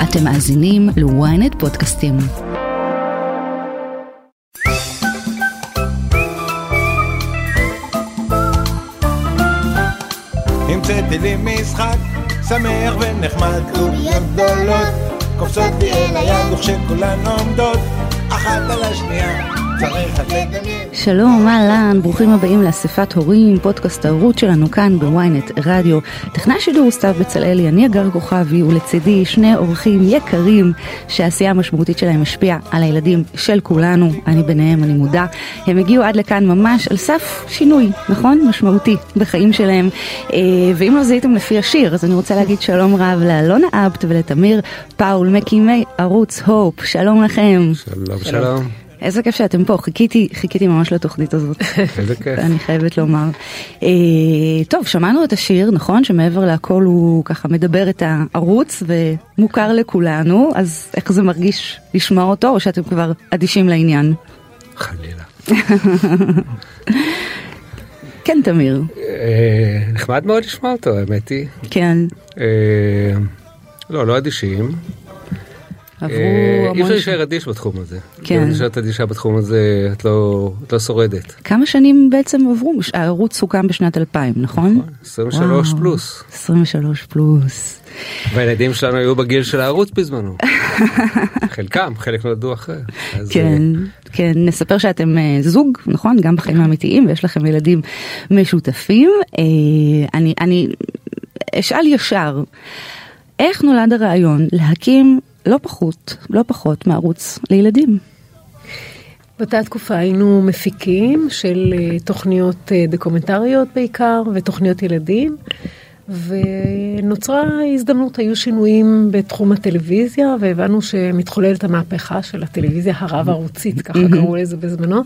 אתם מאזינים ל-ynet פודקאסטים. המצאתי לי משחק שמח ונחמד, קוביות גדולות קופצות לי אל היד וכשכולן עומדות אחת על השנייה צריך לדמיין. שלום, אהלן, ברוכים הבאים לאספת הורים, פודקאסט הערוץ שלנו כאן בוויינט רדיו. טכנאי השידור סתיו בצלאלי, אני אגר כוכבי, ולצידי שני אורחים יקרים שהעשייה המשמעותית שלהם משפיעה על הילדים של כולנו, אני ביניהם, אני מודע. הם הגיעו עד לכאן ממש על סף שינוי, נכון? משמעותי בחיים שלהם. ואם לא זיהיתם לפי השיר, אז אני רוצה להגיד שלום רב לאלונה אבט ולתמיר פאול, מקימי ערוץ הופ. שלום לכם. שלום, שלום. איזה כיף שאתם פה, חיכיתי ממש לתוכנית הזאת. איזה כיף. אני חייבת לומר. טוב, שמענו את השיר, נכון? שמעבר להכל הוא ככה מדבר את הערוץ ומוכר לכולנו, אז איך זה מרגיש לשמוע אותו, או שאתם כבר אדישים לעניין? חלילה. כן, תמיר. נחמד מאוד לשמוע אותו, האמת היא. כן. לא אדישים. אי אפשר להישאר אדיש בתחום הזה. כן. אם נשארת אדישה בתחום הזה, את לא שורדת. כמה שנים בעצם עברו? הערוץ הוקם בשנת 2000, נכון? 23 פלוס. 23 פלוס. והילדים שלנו היו בגיל של הערוץ בזמנו. חלק נולדו אחרי. כן, נספר שאתם זוג, נכון? גם בחיים האמיתיים, ויש לכם ילדים משותפים. אני אשאל ישר, איך נולד הרעיון להקים לא פחות מערוץ לילדים? באותה תקופה היינו מפיקים של תוכניות דוקומנטריות בעיקר ותוכניות ילדים, ונוצרה הזדמנות, היו שינויים בתחום הטלוויזיה, והבנו שמתחוללת המהפכה של הטלוויזיה הרב-ערוצית, ככה קראו לזה בזמנו,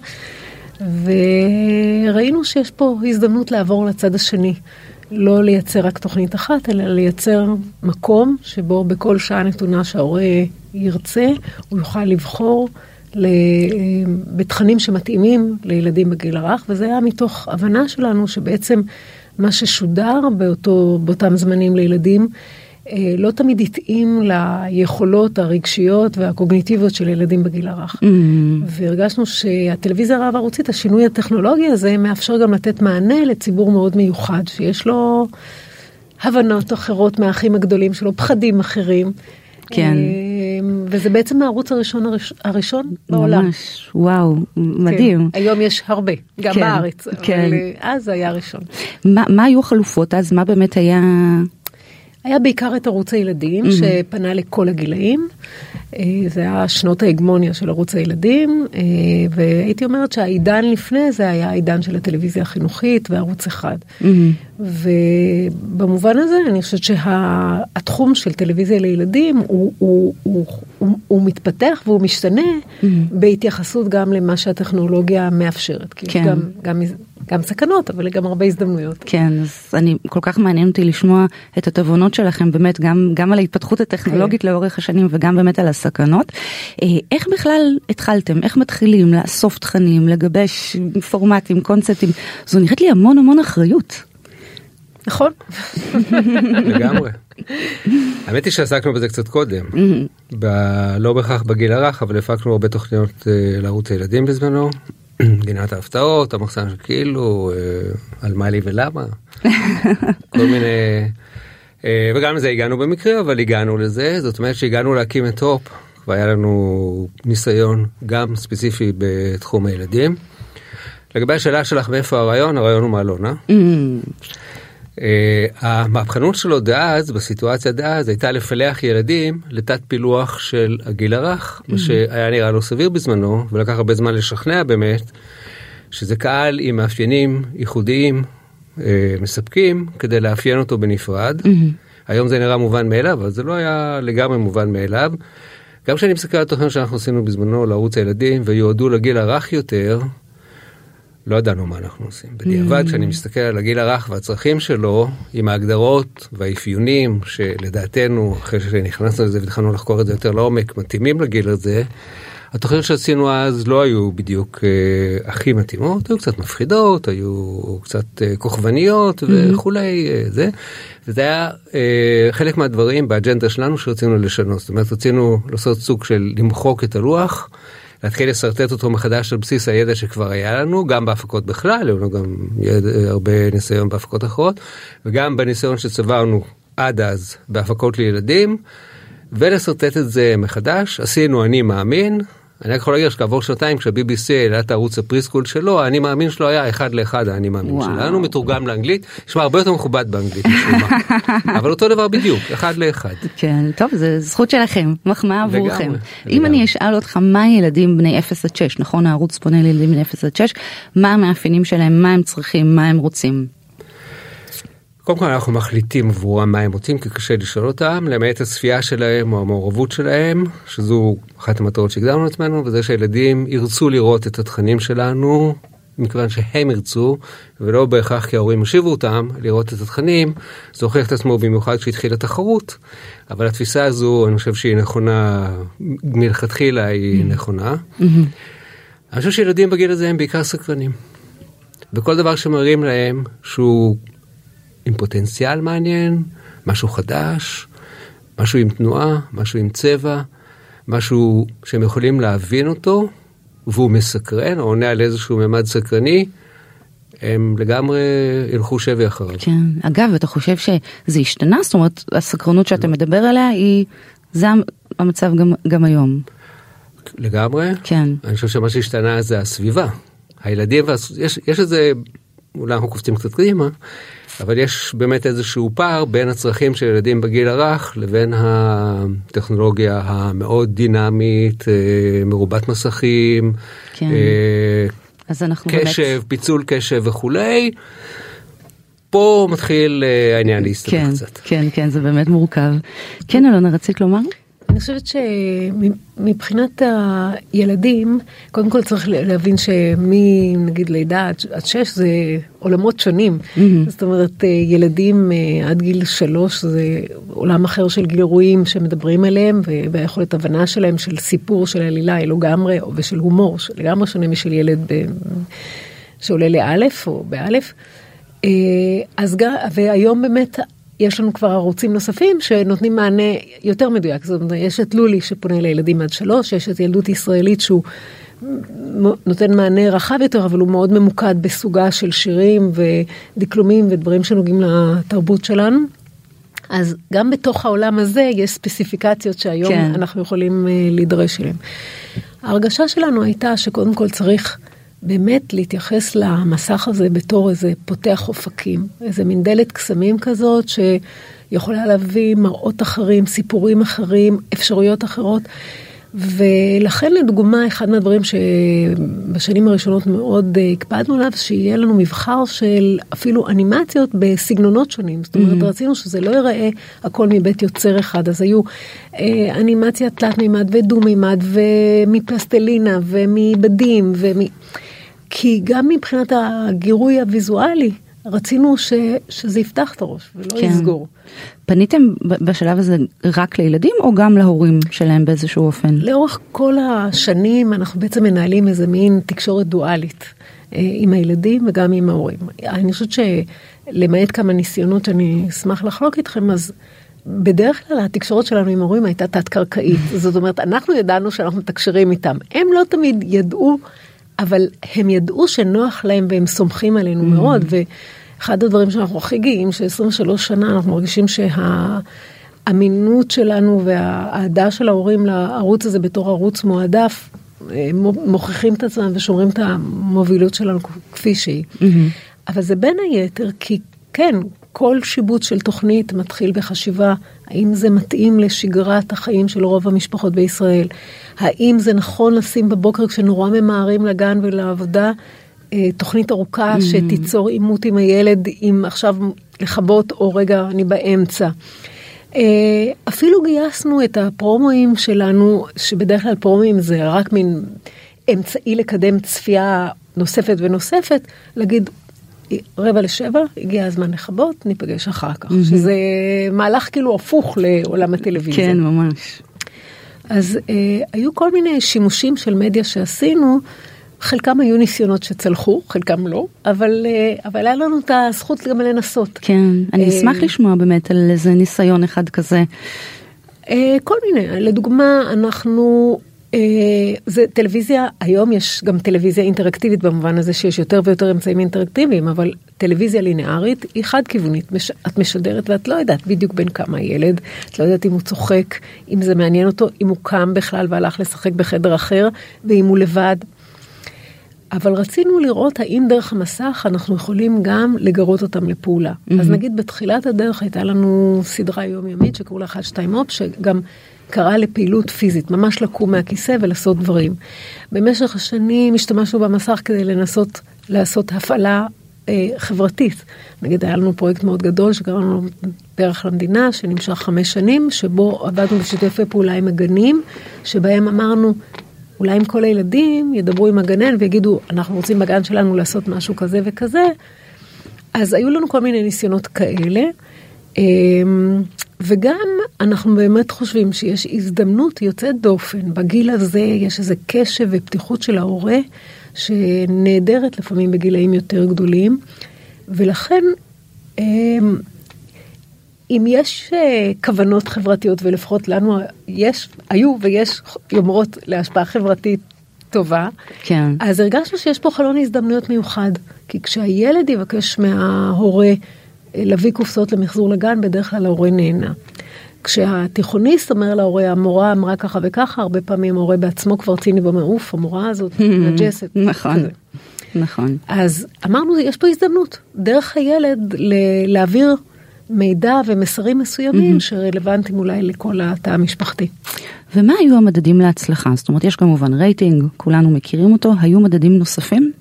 וראינו שיש פה הזדמנות לעבור לצד השני. לא לייצר רק תוכנית אחת, אלא לייצר מקום שבו בכל שעה נתונה שההורה ירצה, הוא יוכל לבחור בתכנים שמתאימים לילדים בגיל הרך, וזה היה מתוך הבנה שלנו שבעצם מה ששודר באותם זמנים לילדים, לא תמיד התאים ליכולות הרגשיות והקוגניטיביות של ילדים בגיל הרך. והרגשנו שהטלוויזיה הרב-ערוצית, השינוי הטכנולוגי הזה, מאפשר גם לתת מענה לציבור מאוד מיוחד, שיש לו הבנות אחרות מהאחים הגדולים שלו, פחדים אחרים. כן. וזה בעצם הערוץ הראשון בעולם. ממש, וואו, מדהים. כן. היום יש הרבה, גם בארץ, אבל אז היה הראשון. מה היו חלופות אז? מה באמת היה... היה בעיקר את ערוץ הילדים, שפנה לכל הגילאים. זה היה שנות ההגמוניה של ערוץ הילדים, והייתי אומרת שהעידן לפני זה היה העידן של הטלוויזיה החינוכית וערוץ אחד. ובמובן הזה אני חושבת שהתחום של טלוויזיה לילדים הוא מתפתח והוא משתנה בהתייחסות גם למה שהטכנולוגיה מאפשרת. כן. גם סכנות, אבל גם הרבה הזדמנויות. כן, אז אני כל כך מעניין אותי לשמוע את התובנות שלכם, באמת גם על ההתפתחות הטכנולוגית לאורך השנים, וגם באמת על הסכנות. איך בכלל התחלתם? איך מתחילים לאסוף תכנים, לגבש פורמטים, קונספטים? זו נראית לי המון אחריות. נכון. לגמרי. האמת היא שעסקנו בזה קצת קודם. לא בהכרח בגיל הרך, אבל הפקנו הרבה תוכניות לערוץ הילדים בזמנו. גינת ההפתעות, המחסן של כאילו, על מה לי ולמה. כל מיני... וגם לזה הגענו במקרה, אבל הגענו לזה. זאת אומרת שהגענו להקים את הופ, והיה לנו ניסיון גם ספציפי בתחום הילדים. לגבי השאלה שלך מאיפה הרעיון הוא מאלונה. המהפכנות שלו דאז, בסיטואציה דאז, הייתה לפלח ילדים לתת פילוח של הגיל הרך, מה שהיה נראה לא סביר בזמנו, ולקח הרבה זמן לשכנע באמת, שזה קהל עם מאפיינים ייחודיים, מספקים, כדי לאפיין אותו בנפרד. היום זה נראה מובן מאליו, אבל זה לא היה לגמרי מובן מאליו. גם כשאני מסתכל על התוכניות שאנחנו עשינו בזמנו לערוץ הילדים, ויועדו לגיל הרך יותר, לא ידענו מה אנחנו עושים. בדיעבד, כשאני מסתכל על הגיל הרך והצרכים שלו, עם ההגדרות והאפיונים, שלדעתנו, אחרי שנכנסנו לזה והתחלנו לחקור את זה יותר לעומק, מתאימים לגיל הזה, התוכניות שעשינו אז לא היו בדיוק הכי מתאימות, היו קצת מפחידות, היו קצת כוכבניות וכולי, וזה היה חלק מהדברים באג'נדה שלנו שרצינו לשנות. זאת אומרת, רצינו לעשות סוג של למחוק את הלוח, להתחיל לסרטט אותו מחדש על בסיס הידע שכבר היה לנו, גם בהפקות בכלל, היו לנו גם הרבה ניסיון בהפקות אחרות, וגם בניסיון שצברנו עד אז בהפקות לילדים, ולסרטט את זה מחדש. עשינו אני מאמין, אני יכול להגיד שכעבור שנתיים כשה-BBC העלה את הערוץ הפריסקול שלו, אני מאמין שלו היה 1:1 האני מאמין שלנו, מתורגם לאנגלית, נשמע הרבה יותר מכובד באנגלית, אבל אותו דבר בדיוק, 1:1. כן, טוב, זה זכות שלכם, מחמאה עבורכם. אם אני אשאל אותך מה ילדים בני 0-6, נכון, הערוץ פונה לילדים בני 0-6, מה המאפיינים שלהם, מה הם צריכים, מה הם רוצים? קודם כל אנחנו מחליטים עבורם מה הם רוצים, כי קשה לשאול אותם, למעט הצפייה שלהם או המעורבות שלהם, שזו אחת המטרות שהגדרנו לעצמנו, וזה שהילדים ירצו לראות את התכנים שלנו, מכיוון שהם ירצו, ולא בהכרח כי ההורים השיבו אותם, לראות את התכנים, זה הוכיח את עצמו במיוחד כשהתחילה התחרות, אבל התפיסה הזו, אני חושב שהיא נכונה, מלכתחילה היא נכונה. אני חושב שילדים בגיל הזה הם בעיקר סקרנים, וכל דבר שמראים להם שהוא עם פוטנציאל מעניין, משהו חדש, משהו עם תנועה, משהו עם צבע, משהו שהם יכולים להבין אותו, והוא מסקרן, או עונה על איזשהו ממד סקרני, הם לגמרי ילכו שבי אחריו. כן, אגב, אתה חושב שזה השתנה? זאת אומרת, הסקרנות שאתה מדבר עליה, זה המצב גם היום. לגמרי? כן. אני חושב שמה שהשתנה זה הסביבה. הילדים, יש איזה, אולי אנחנו קופצים קצת קדימה, אבל יש באמת איזשהו פער בין הצרכים של ילדים בגיל הרך לבין הטכנולוגיה המאוד דינמית, מרובת מסכים, כן. אז אנחנו קשב, באמת... פיצול קשב וכולי. פה מתחיל העניין להסתכל קצת. כן, כן, זה באמת מורכב. כן, אלונה, רצית לומר? אני חושבת שמבחינת הילדים, קודם כל צריך להבין נגיד לידה עד 6 זה עולמות שונים. זאת אומרת, ילדים עד גיל 3 זה עולם אחר של גירויים שמדברים עליהם, והיכולת הבנה שלהם של סיפור של עלילה היא לגמרי, ושל הומור, לגמרי שונה משל ילד שעולה לאלף או באלף. והיום באמת יש לנו כבר ערוצים נוספים שנותנים מענה יותר מדויק. זאת אומרת, יש את לולי שפונה לילדים עד 3, יש את ילדות ישראלית שהוא נותן מענה רחב יותר, אבל הוא מאוד ממוקד בסוגה של שירים ודקלומים ודברים שנוגעים לתרבות שלנו. אז גם בתוך העולם הזה יש ספציפיקציות שהיום אנחנו יכולים להידרש אליהם. ההרגשה שלנו הייתה שקודם כל צריך באמת להתייחס למסך הזה בתור איזה פותח אופקים, איזה מין דלת קסמים כזאת שיכולה להביא מראות אחרים, סיפורים אחרים, אפשרויות אחרות, ולכן לדוגמה אחד מהדברים שבשנים הראשונות מאוד הקפדנו עליו, שיהיה לנו מבחר של אפילו אנימציות בסגנונות שונים, זאת אומרת רצינו שזה לא ייראה הכל מבית יוצר אחד, אז היו אנימציה תלת מימד ודו מימד ומפלסטלינה ומבדים כי גם מבחינת הגירוי הוויזואלי, רצינו שזה יפתח את הראש ולא יסגור. פניתם בשלב הזה רק לילדים או גם להורים שלהם באיזשהו אופן? לאורך כל השנים אנחנו בעצם מנהלים איזה מין תקשורת דואלית עם הילדים וגם עם ההורים. אני חושבת שלמעט כמה ניסיונות שאני אשמח לחלוק איתכם, אז בדרך כלל התקשורת שלנו עם ההורים הייתה תת-קרקעית. זאת אומרת, אנחנו ידענו שאנחנו מתקשרים איתם. הם לא תמיד ידעו, אבל הם ידעו שנוח להם והם סומכים עלינו מאוד, ואחד הדברים שאנחנו הכי גאים, ש23 שנה אנחנו מרגישים שהאמינות שלנו והאהדה של ההורים לערוץ הזה בתור ערוץ מועדף, מוכיחים את עצמם ושומרים את המובילות שלנו כפי שהיא. אבל זה בין היתר, כי כן, כל שיבוץ של תוכנית מתחיל בחשיבה, האם זה מתאים לשגרת החיים של רוב המשפחות בישראל, האם זה נכון לשים בבוקר כשנורא ממהרים לגן ולעבודה, תוכנית ארוכה שתיצור עימות עם הילד, אם עכשיו לחבות או רגע אני באמצע. אפילו גייסנו את הפרומואים שלנו, שבדרך כלל פרומואים זה רק מין אמצעי לקדם צפייה נוספת ונוספת, להגיד 6:45, הגיע הזמן לחבות, ניפגש אחר כך. שזה מהלך כאילו הפוך לעולם הטלוויזיה. כן, ממש. אז היו כל מיני שימושים של מדיה שעשינו, חלקם היו ניסיונות שצלחו, חלקם לא, אבל היה לנו את הזכות גם לנסות. כן, אני אשמח לשמוע באמת על איזה ניסיון אחד כזה. כל מיני, לדוגמה, אנחנו, זה טלוויזיה, היום יש גם טלוויזיה אינטראקטיבית במובן הזה שיש יותר ויותר אמצעים אינטראקטיביים, אבל טלוויזיה לינארית היא חד-כיוונית, את משדרת ואת לא יודעת בדיוק בין כמה ילד, את לא יודעת אם הוא צוחק, אם זה מעניין אותו, אם הוא קם בכלל והלך לשחק בחדר אחר, ואם הוא לבד. אבל רצינו לראות האם דרך המסך אנחנו יכולים גם לגרות אותם לפעולה. אז נגיד בתחילת הדרך הייתה לנו סדרה יומיומית שקראו לה 1-2 הופ, שגם קראה לפעילות פיזית, ממש לקום מהכיסא ולעשות דברים. במשך השנים השתמשנו במסך כדי לנסות לעשות הפעלה חברתית. נגיד היה לנו פרויקט מאוד גדול שקראנו פרח למדינה, שנמשך 5 שנים, שבו עבדנו בשיתופי פעולה עם הגנים, שבהם אמרנו, אולי אם כל הילדים ידברו עם הגנן ויגידו, אנחנו רוצים בגן שלנו לעשות משהו כזה וכזה, אז היו לנו כל מיני ניסיונות כאלה, וגם אנחנו באמת חושבים שיש הזדמנות יוצאת דופן, בגיל הזה יש איזה קשב ופתיחות של ההורה, שנהדרת לפעמים בגילאים יותר גדולים, ולכן, אם יש כוונות חברתיות, ולפחות לנו היו ויש יומרות להשפעה חברתית טובה, כן. אז הרגשנו שיש פה חלון הזדמנויות מיוחד, כי כשהילד יבקש מההורה להביא קופסאות למחזור לגן, בדרך כלל ההורה נהנה. כשהתיכוניסט אומר להורה, המורה אמרה ככה וככה, הרבה פעמים ההורה בעצמו כבר ציני במעוף, המורה הזאת נג'סת. נכון, נכון. אז אמרנו, יש פה הזדמנות, דרך הילד להעביר מידע ומסרים מסוימים שרלוונטיים אולי לכל התא המשפחתי. ומה היו המדדים להצלחה? זאת אומרת, יש כמובן רייטינג, כולנו מכירים אותו, היו מדדים נוספים?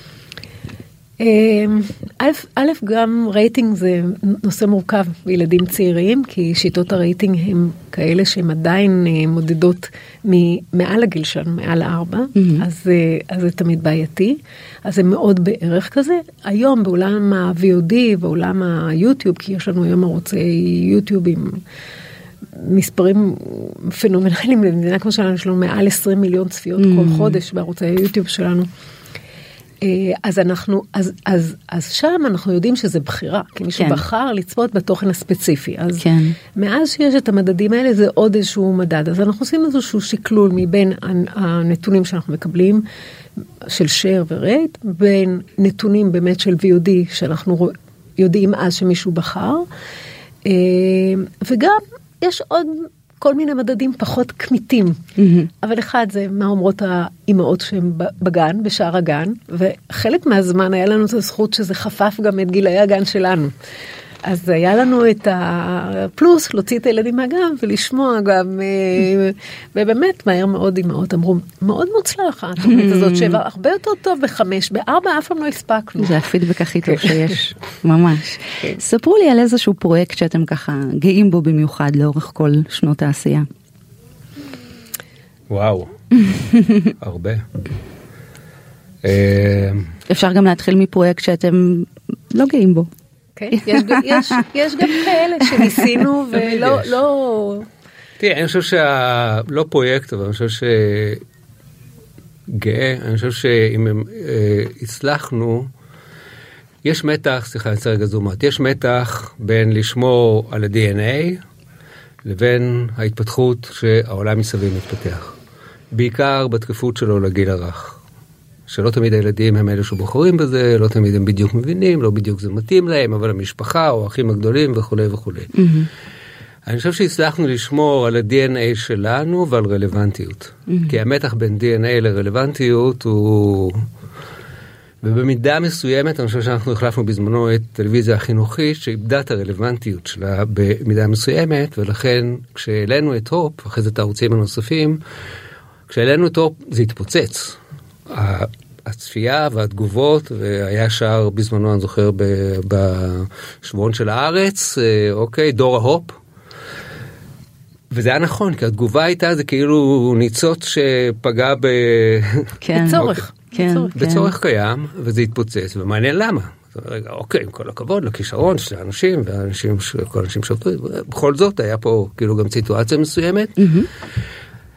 א', גם רייטינג זה נושא מורכב בילדים צעירים, כי שיטות הרייטינג הם כאלה שהן עדיין מודדות מעל הגיל שלנו, מעל 4, אז זה תמיד בעייתי, אז זה מאוד בערך כזה. היום בעולם ה-VOD, בעולם היוטיוב, כי יש לנו היום ערוצי יוטיוב עם מספרים פנומנליים למדינה כמו שלנו, יש לנו מעל 20 מיליון צפיות כל חודש בערוצי היוטיוב שלנו. אז שם אנחנו יודעים שזה בחירה, כי מישהו בחר לצפות בתוכן הספציפי. אז מאז שיש את המדדים האלה, זה עוד איזשהו מדד. אז אנחנו עושים איזשהו שקלול מבין הנתונים שאנחנו מקבלים, של share ורייט, בין נתונים באמת של VOD, שאנחנו יודעים אז שמישהו בחר, וגם יש עוד כל מיני מדדים פחות כמיתים, אבל אחד זה מה אומרות האימהות שהן בגן, בשער הגן, וחלק מהזמן היה לנו את הזכות שזה חפף גם את גילאי הגן שלנו. אז היה לנו את הפלוס, להוציא את הילדים מהגן ולשמוע גם, ובאמת מהר מאוד אימהות אמרו, מאוד מוצלח התוכנית הזאת, הרבה יותר טוב ב5, ב4 אף פעם לא הספקנו. זה הפידבק הכי טוב שיש, ממש. ספרו לי על איזשהו פרויקט שאתם ככה גאים בו במיוחד לאורך כל שנות העשייה. וואו, הרבה. אפשר גם להתחיל מפרויקט שאתם לא גאים בו. יש גם כאלה שניסינו ולא... תראה, אני חושב לא פרויקט, אבל אני חושב שגאה, אני חושב שאם הצלחנו, יש מתח, סליחה, אני צריך רגע זומות, יש מתח בין לשמור על ה-DNA לבין ההתפתחות שהעולם מסביב מתפתח. בעיקר בתקפות שלו לגיל הרך. שלא תמיד הילדים הם אלה שבוחרים בזה, לא תמיד הם בדיוק מבינים, לא בדיוק זה מתאים להם, אבל המשפחה או האחים הגדולים וכו' וכו'. אני חושב שהצלחנו לשמור על ה-DNA שלנו ועל רלוונטיות. כי המתח בין DNA לרלוונטיות הוא... ובמידה מסוימת, אני חושב שאנחנו החלפנו בזמנו את טלוויזיה החינוכית, שאיבדה את הרלוונטיות שלה במידה מסוימת, ולכן כשהעלינו את הופ, אחרי זה את הערוצים הנוספים, כשהעלינו את הופ זה התפוצץ. הצפייה והתגובות, והיה שער בזמנו, אני זוכר, בשבועון של הארץ, אוקיי, דור ההופ. וזה היה נכון, כי התגובה הייתה, זה כאילו ניצוץ שפגע בצורך. בצורך קיים, וזה התפוצץ, ומעניין למה. רגע, אוקיי, עם כל הכבוד, לכישרון של האנשים, כל האנשים שעובדים, בכל זאת, היה פה כאילו גם סיטואציה מסוימת.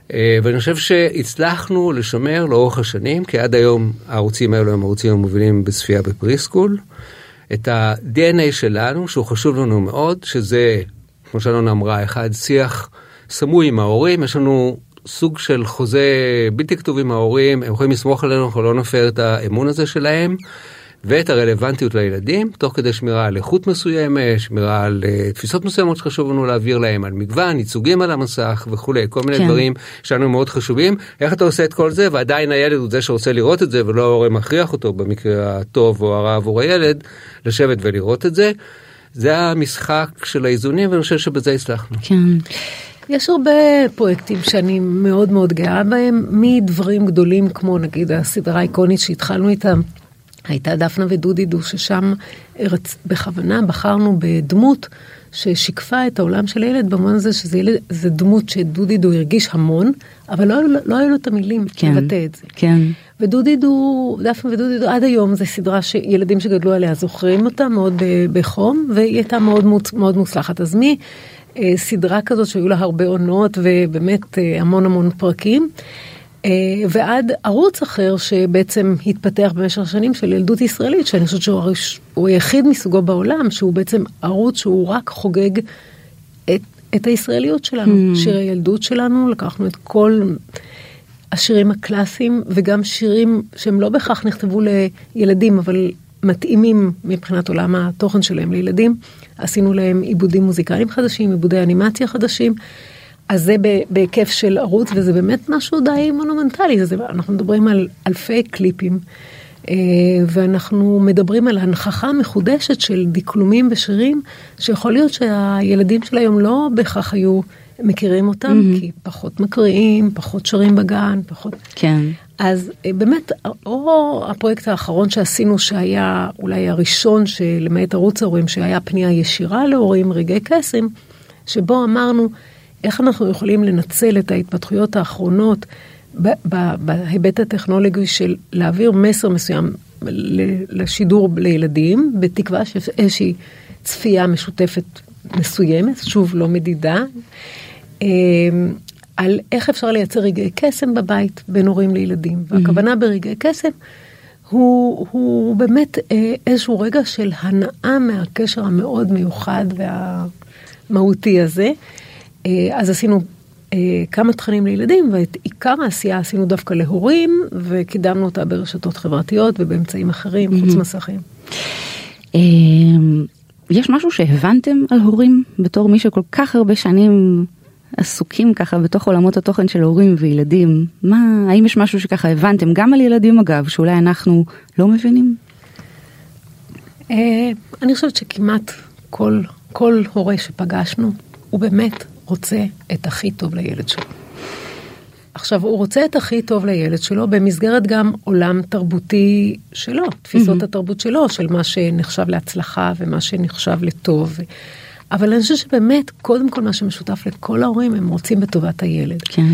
ואני חושב שהצלחנו לשמר לאורך השנים, כי עד היום הערוצים האלו הם הערוצים המובילים בצפייה בפריסקול, את ה-DNA שלנו, שהוא חשוב לנו מאוד, שזה, כמו שאלונה אמרה, אחד, שיח סמוי עם ההורים, יש לנו סוג של חוזה בלתי כתוב עם ההורים, הם יכולים לסמוך עלינו, אנחנו לא נפר את האמון הזה שלהם, ואת הרלוונטיות לילדים, תוך כדי שמירה על איכות מסוימת, שמירה על תפיסות מסוימות שחשוב לנו להעביר להם, על מגוון, ייצוגים על המסך וכו', כל מיני דברים שלנו מאוד חשובים. איך אתה עושה את כל זה, ועדיין הילד הוא זה שרוצה לראות את זה, ולא ההורה מכריח אותו במקרה הטוב או הרע עבור הילד, לשבת ולראות את זה. זה המשחק של האיזונים, ואני חושב שבזה הצלחנו. כן. יש הרבה פרויקטים שאני מאוד מאוד גאה בהם, מדברים גדולים כמו נגיד הסדרה האיקונית שהתחלנו איתם, הייתה דפנה ודודידו, ששם בכוונה בחרנו בדמות ששיקפה את העולם של הילד, במובן הזה שזה דמות שדודידו הרגיש המון, אבל לא היו לו את המילים לבטא את זה. כן. ודודידו, דפנה ודודידו, עד היום זו סדרה שילדים שגדלו עליה זוכרים אותה מאוד בחום, והיא הייתה מאוד מאוד מוצלחת. אז סדרה כזאת שהיו לה הרבה עונות, ובאמת המון המון פרקים, ועד ערוץ אחר שבעצם התפתח במשך השנים של ילדות ישראלית, שאני חושבת שהוא היחיד מסוגו בעולם, שהוא בעצם ערוץ שהוא רק חוגג את הישראליות שלנו, שיר הילדות שלנו, לקחנו את כל השירים הקלאסיים, וגם שירים שהם לא בכך נכתבו לילדים, אבל מתאימים מבחינת עולם התוכן שלהם לילדים, עשינו להם עיבודים מוזיקליים חדשים, עיבודי אנימציה חדשים, אז זה בהיקף של ערוץ, וזה באמת משהו די מונומנטלי. אנחנו מדברים על אלפי קליפים, ואנחנו מדברים על הנכחה מחודשת של דקלומים ושירים, שיכול להיות שהילדים של היום לא בכך היו מכירים אותם, כי פחות מקריאים, פחות שרים בגן, פחות... כן. אז באמת, או הפרויקט האחרון שעשינו, שהיה אולי הראשון שלמעט ערוץ ההורים, שהיה פנייה ישירה להורים, רגעי קסם, שבו אמרנו, איך אנחנו יכולים לנצל את ההתפתחויות האחרונות בהיבט הטכנולוגי של להעביר מסר מסוים לשידור לילדים, בתקווה שיש איזושהי צפייה משותפת מסוימת, שוב לא מדידה, על איך אפשר לייצר רגעי קסם בבית בין הורים לילדים. והכוונה ברגעי קסם הוא באמת איזשהו רגע של הנאה מהקשר המאוד מיוחד והמהותי הזה. אז עשינו כמה תכנים לילדים, ואת עיקר העשייה עשינו דווקא להורים, וקידמנו אותה ברשתות חברתיות ובאמצעים אחרים, חוץ מסכים. יש משהו שהבנתם על הורים בתור מי שכל כך הרבה שנים עסוקים ככה בתוך עולמות התוכן של הורים וילדים? האם יש משהו שככה הבנתם גם על ילדים אגב, שאולי אנחנו לא מבינים? אני חושבת שכמעט כל הורה שפגשנו, הוא באמת רוצה את הכי טוב לילד שלו. עכשיו, הוא רוצה את הכי טוב לילד שלו, במסגרת גם עולם תרבותי שלו, תפיסות התרבות שלו, של מה שנחשב להצלחה ומה שנחשב לטוב. אבל אני חושבת שבאמת, קודם כל מה שמשותף לכל ההורים, הם רוצים בטובת הילד. כן.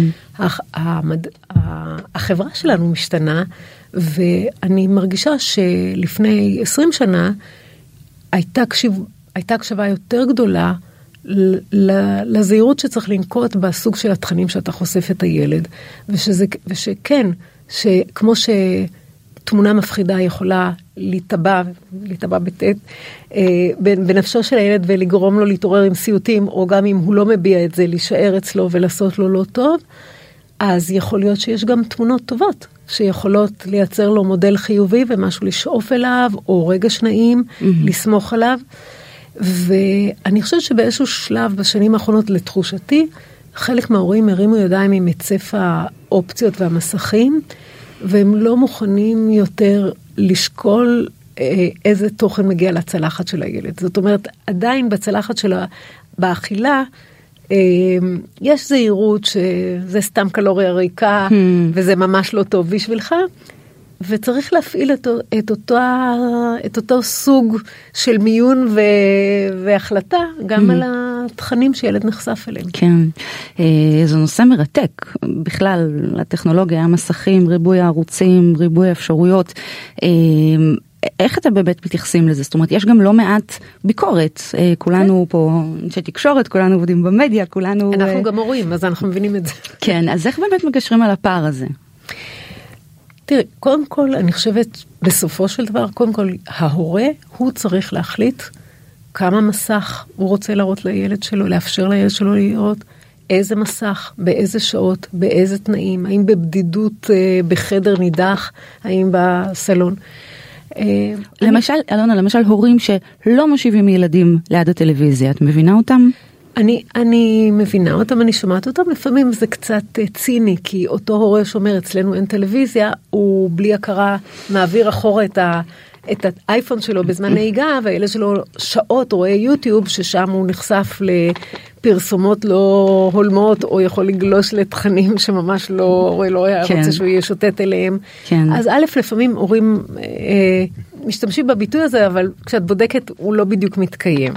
החברה שלנו משתנה, ואני מרגישה שלפני 20 שנה, הייתה הקשבה יותר גדולה, לזהירות שצריך לנקוט בסוג של התכנים שאתה חושף את הילד, ושכן, שכמו שתמונה מפחידה יכולה להתאבע בנפשו של הילד ולגרום לו להתעורר עם סיוטים, או גם אם הוא לא מביע את זה, להישאר אצלו ולעשות לו לא טוב, אז יכול להיות שיש גם תמונות טובות, שיכולות לייצר לו מודל חיובי ומשהו לשאוף אליו, או רגש נעים, לסמוך עליו. ואני חושבת שבאיזשהו שלב בשנים האחרונות לתחושתי, חלק מההורים הרימו ידיים עם מצף האופציות והמסכים, והם לא מוכנים יותר לשקול איזה תוכן מגיע לצלחת של הילד. זאת אומרת, עדיין בצלחת שלה, באכילה, יש זהירות שזה סתם קלוריה ריקה, וזה ממש לא טוב בשבילך, וצריך להפעיל את אותו סוג של מיון והחלטה, גם על התכנים שילד נחשף אליהם. כן, זה נושא מרתק. בכלל, הטכנולוגיה, המסכים, ריבוי הערוצים, ריבוי האפשרויות. איך אתה באמת מתייחסים לזה? זאת אומרת, יש גם לא מעט ביקורת. כולנו פה אנשי תקשורת, כולנו עובדים במדיה, כולנו... אנחנו גם הורים, אז אנחנו מבינים את זה. כן, אז איך באמת מגשרים על הפער הזה? תראי, קודם כל, אני חושבת, בסופו של דבר, קודם כל, ההורה, הוא צריך להחליט כמה מסך הוא רוצה להראות לילד שלו, לאפשר לילד שלו לראות, איזה מסך, באיזה שעות, באיזה תנאים, האם בבדידות בחדר נידח, האם בסלון. למשל, אלונה, למשל הורים שלא מושיבים ילדים ליד הטלוויזיה, את מבינה אותם? אני מבינה אותם, אני שומעת אותם, לפעמים זה קצת ציני, כי אותו הורה שאומר, אצלנו אין טלוויזיה, הוא בלי הכרה מעביר אחורה את האייפון שלו בזמן נהיגה, והילד שלו שעות רואה יוטיוב, ששם הוא נחשף לפרסומות לא הולמות, או יכול לגלוש לתכנים שממש לא רוצה שהוא יהיה שוטט אליהם. אז א', לפעמים הורים משתמשים בביטוי הזה, אבל כשאת בודקת הוא לא בדיוק מתקיים.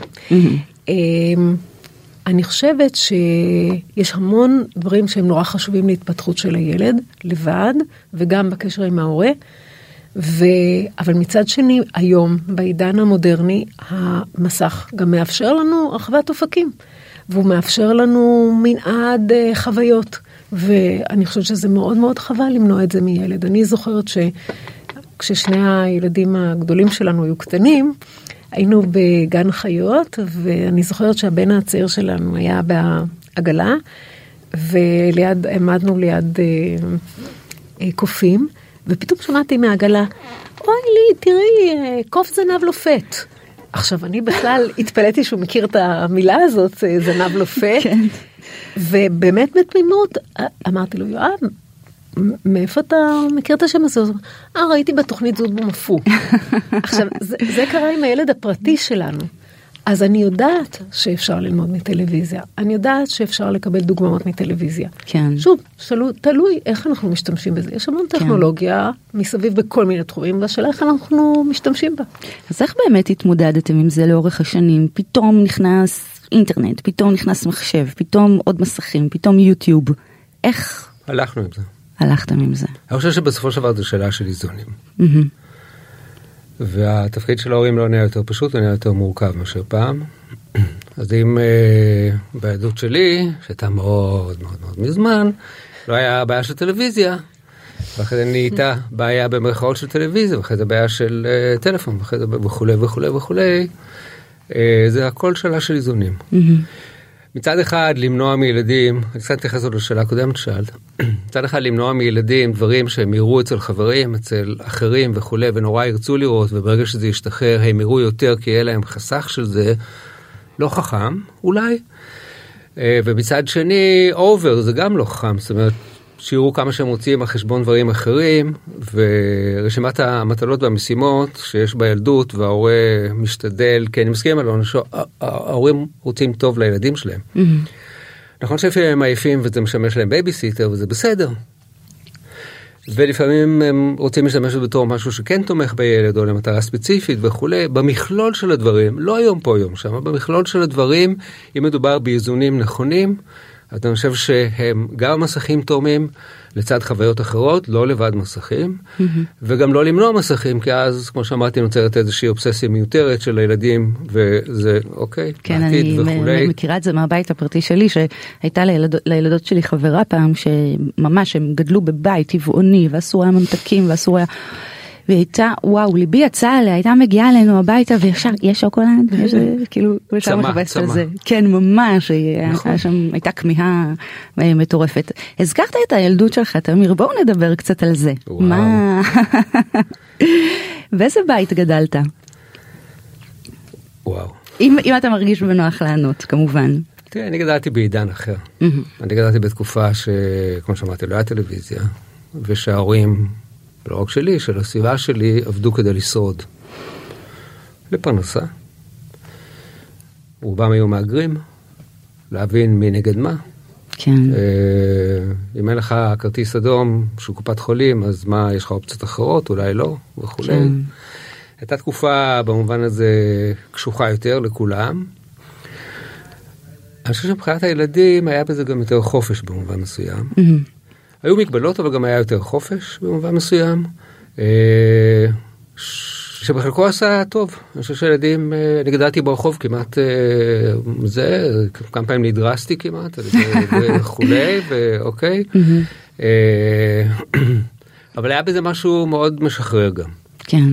אני חושבת שיש המון דברים שהם נורא חשובים להתפתחות של הילד, לבד, וגם בקשר עם ההורה, אבל מצד שני, היום, בעידן המודרני, המסך גם מאפשר לנו הרחבת אופקים, והוא מאפשר לנו מנעד חוויות, ואני חושבת שזה מאוד מאוד חבל למנוע את זה מילד. אני זוכרת שכששני הילדים הגדולים שלנו היו קטנים, היינו בגן חיות, ואני זוכרת שהבן הצעיר שלנו היה בעגלה, ועמדנו ליד קופים, ופתאום שמעתי מהעגלה, אוי לי, תראי, קוף זנב לופת. עכשיו, אני בכלל התפלאתי שהוא מכיר את המילה הזאת, זנב לופת, ובאמת בתמימות, אמרתי לו, יואב, מאיפה אתה מכיר את השם הזה? ראיתי בתוכנית זאת במפו. עכשיו, זה קרה עם הילד הפרטי שלנו. אז אני יודעת שאפשר ללמוד מטלוויזיה. אני יודעת שאפשר לקבל דוגמאות מטלוויזיה. כן. שוב, תלוי איך אנחנו משתמשים בזה. יש המון טכנולוגיה מסביב בכל מיני תחומים, והשאלה איך אנחנו משתמשים בה. אז איך באמת התמודדתם עם זה לאורך השנים? פתאום נכנס אינטרנט, פתאום נכנס מחשב, פתאום עוד מסכים, פתאום יוטיוב. איך... הלכנו עם זה. הלכתם עם זה. אני חושב שבסופו של דבר זו שאלה של איזונים. והתפקיד של ההורים לא נהיה יותר פשוט, הוא נהיה יותר מורכב מאשר פעם. אז אם בעדות שלי, שהייתה מאוד מאוד מאוד מזמן, לא היה בעיה של טלוויזיה, ואחרי זה נהייתה בעיה במרכאות של טלוויזיה, ואחרי זה בעיה של טלפון, ואחרי זה וכולי וכולי וכולי. זה הכל שאלה של איזונים. מצד אחד, למנוע מילדים, אני קצת אתייחס עוד לשאלה הקודמת שאלת, מצד אחד למנוע מילדים דברים שהם יראו אצל חברים, אצל אחרים וכולי, ונורא ירצו לראות, וברגע שזה ישתחרר, הם יראו יותר, כי יהיה להם חסך של זה, לא חכם, אולי. ומצד שני, אובר, זה גם לא חכם, זאת אומרת, שיראו כמה שהם רוצים על חשבון דברים אחרים, ורשימת המטלות והמשימות שיש בילדות, וההורה משתדל, כי אני מסכים עליו, ההורים רוצים טוב לילדים שלהם. נכון שהם עייפים וזה משמש להם בייביסיטר, וזה בסדר. ולפעמים הם רוצים להשתמש בתור משהו שכן תומך בילד, או למטרה ספציפית וכולי. במכלול של הדברים, לא היום פה היום שם, במכלול של הדברים, אם מדובר באיזונים נכונים, אז אני חושב שהם גם מסכים תורמים לצד חוויות אחרות, לא לבד מסכים, וגם לא למנוע מסכים, כי אז, כמו שאמרתי, נוצרת איזושהי אובססיה מיותרת של הילדים, וזה אוקיי, כן, אני מכירה את זה מהבית הפרטי שלי, שהייתה לילדות שלי חברה פעם, שממש הם גדלו בבית טבעוני, ואסור היה ממתקים, ואסור היה... והייתה, וואו, ליבי יצא עליה, הייתה מגיעה אלינו הביתה, וישר, יש שוקולד? כאילו, הוא ישר מחפשת על זה. כן, ממש, הייתה כמיהה מטורפת. הזכרת את הילדות שלך, תמיר, בואו נדבר קצת על זה. מה? באיזה בית גדלת? וואו. אם אתה מרגיש בנוח לענות, כמובן. תראה, אני גדלתי בעידן אחר. אני גדלתי בתקופה שכמו שאמרתי, לא היה טלוויזיה, ושההורים... לא רק שלי, של הסביבה שלי, עבדו כדי לשרוד. לפרנסה. רובם היו מאגרים, להבין מי נגד מה. כן. אם אין לך כרטיס אדום שהוא קופת חולים, אז מה, יש לך אופציות אחרות? אולי לא, וכו'. כן. הייתה תקופה במובן הזה קשוחה יותר לכולם. אני חושב שמבחינת הילדים היה בזה גם יותר חופש במובן מסוים. היו מגבלות, אבל גם היה יותר חופש במובן מסוים. שבחלקו עשה טוב. אני חושב שילדים, אני גדלתי ברחוב כמעט, כמה פעמים נדרסתי כמעט, וכולי, ואוקיי. אבל היה בזה משהו מאוד משחרר גם. כן.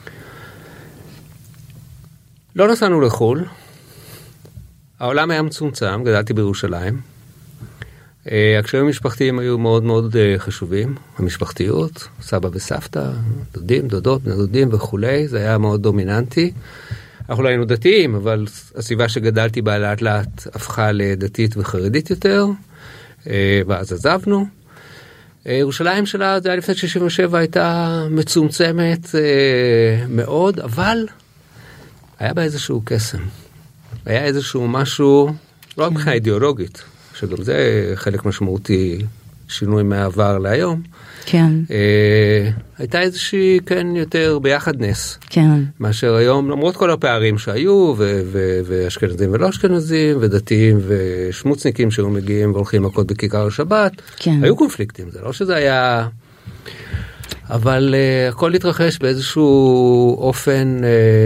לא נסענו לחול. העולם היה מצומצם, גדלתי בירושלים. הקשרים המשפחתיים היו מאוד מאוד חשובים, המשפחתיות, סבא וסבתא, דודים, דודות, בני דודים וכולי, זה היה מאוד דומיננטי. אנחנו לא היינו דתיים, אבל הסביבה שגדלתי בה לאט לאט הפכה לדתית וחרדית יותר, ואז עזבנו. ירושלים שלה, זה היה לפני 67, הייתה מצומצמת מאוד, אבל היה בה איזשהו קסם. היה איזשהו משהו, לא רק מבחינה אידיאולוגית, שגם זה חלק משמעותי, שינוי מהעבר להיום. כן. הייתה איזושהי, כן, יותר ביחד נס. כן. מאשר היום, למרות כל הפערים שהיו, ואשכנזים ולא אשכנזים, ודתיים ושמוצניקים שהיו מגיעים והולכים מכות בכיכר השבת. כן. היו קונפליקטים, זה לא שזה היה... אבל הכל התרחש באיזשהו אופן...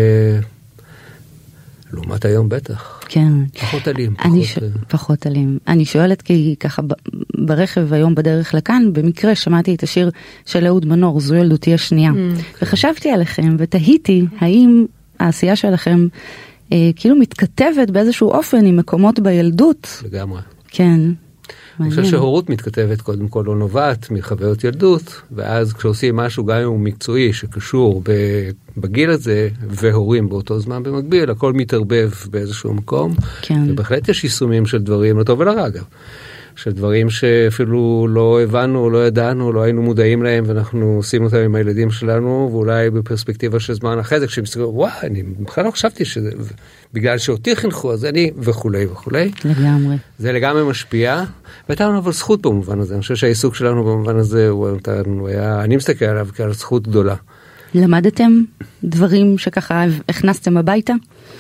לעומת היום בטח. כן. פחות אלים. פחות אלים. אני שואלת כי ככה ברכב היום בדרך לכאן, במקרה שמעתי את השיר של אהוד מנור, זו ילדותי השנייה. וחשבתי עליכם ותהיתי האם העשייה שלכם כאילו מתכתבת באיזשהו אופן עם מקומות בילדות. לגמרי. כן. אני חושב שהורות מתכתבת קודם כל לא נובעת מחוויות ילדות, ואז כשעושים משהו גם אם הוא מקצועי שקשור בגיל הזה, והורים באותו זמן במקביל, הכל מתערבב באיזשהו מקום, כן. ובהחלט יש יישומים של דברים, לטוב ולרע אגב, של דברים שאפילו לא הבנו, לא ידענו, לא היינו מודעים להם, ואנחנו עושים אותם עם הילדים שלנו, ואולי בפרספקטיבה של זמן אחרי זה, כשהם מסתכלו, וואי, אני בכלל לא חשבתי שזה, בגלל שאותי חינכו, אז אני, וכולי וכולי. לגמרי. זה לגמרי משפיע, והייתה לנו אבל זכות במובן הזה, אני חושב שהעיסוק שלנו במובן הזה, הוא היה, אני מסתכל עליו כעל זכות גדולה. למדתם דברים שככה הכנסתם הביתה?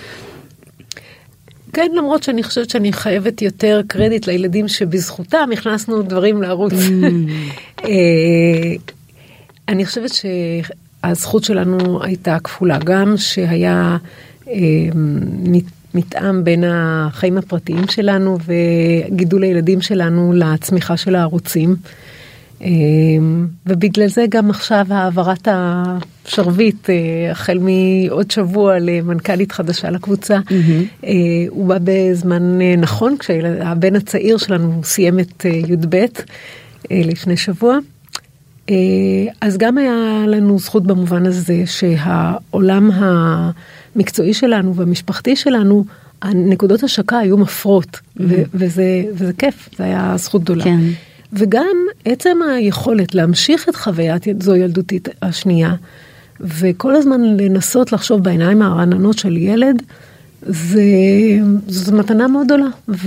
כן, למרות שאני חושבת שאני חייבת יותר קרדיט לילדים שבזכותם הכנסנו דברים לערוץ. אני חושבת שהזכות שלנו הייתה כפולה, גם שהיה מתאם בין החיים הפרטיים שלנו וגידול הילדים שלנו לצמיחה של הערוצים. ובגלל זה גם עכשיו העברת השרביט החל מעוד שבוע למנכ"לית חדשה לקבוצה, הוא בא בזמן נכון, כשהבן הצעיר שלנו סיים את י"ב לפני שבוע. אז גם היה לנו זכות במובן הזה שהעולם המקצועי שלנו והמשפחתי שלנו, הנקודות השקה היו מפרות, וזה כיף, זה היה זכות גדולה. כן. וגם עצם היכולת להמשיך את חוויית זו ילדותית השנייה, וכל הזמן לנסות לחשוב בעיניים הרעננות של ילד, זו מתנה מאוד גדולה,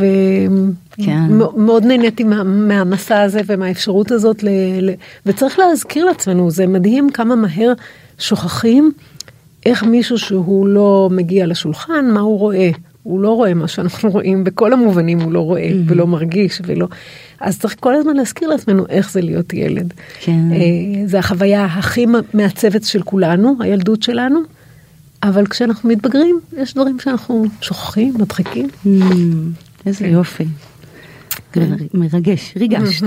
ומאוד נהניתי מהמסע הזה ומהאפשרות הזאת, וצריך להזכיר לעצמנו, זה מדהים כמה מהר שוכחים איך מישהו שהוא לא מגיע לשולחן, מה הוא רואה. הוא לא רואה מה שאנחנו רואים, בכל המובנים הוא לא רואה ולא מרגיש ולא... אז צריך כל הזמן להזכיר לעצמנו איך זה להיות ילד. כן. זה החוויה הכי מעצבת של כולנו, הילדות שלנו, אבל כשאנחנו מתבגרים, יש דברים שאנחנו שוכחים, מדחיקים. איזה יופי. מרגש, ריגשת.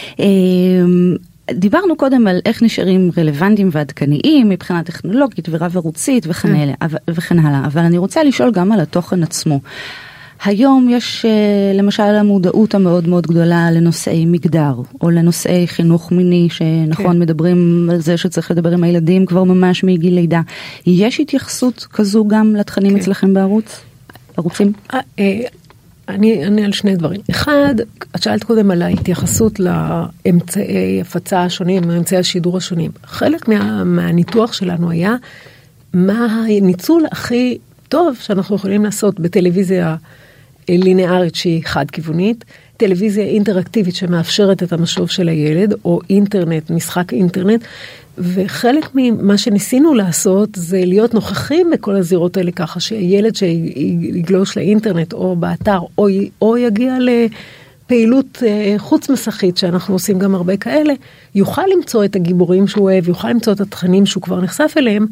דיברנו קודם על איך נשארים רלוונטיים ועדכניים מבחינה טכנולוגית ורב ערוצית וכן הלאה, אבל אני רוצה לשאול גם על התוכן עצמו. היום יש למשל המודעות המאוד מאוד גדולה לנושאי מגדר, או לנושאי חינוך מיני, שנכון מדברים על זה שצריך לדבר עם הילדים כבר ממש מגיל לידה. יש התייחסות כזו גם לתכנים אצלכם בערוצים? אני על שני דברים. אחד, את שאלת קודם על ההתייחסות לאמצעי הפצה השונים, אמצעי השידור השונים. חלק מהניתוח שלנו היה מה הניצול הכי טוב שאנחנו יכולים לעשות בטלוויזיה לינארית שהיא חד-כיוונית, טלוויזיה אינטראקטיבית שמאפשרת את המשוב של הילד, או אינטרנט, משחק אינטרנט, וחלק ממה שניסינו לעשות זה להיות נוכחים בכל הזירות האלה ככה, שהילד שיגלוש לאינטרנט או באתר, או יגיע לפעילות חוץ מסכית, שאנחנו עושים גם הרבה כאלה, יוכל למצוא את הגיבורים שהוא אוהב, יוכל למצוא את התכנים שהוא כבר נחשף אליהם,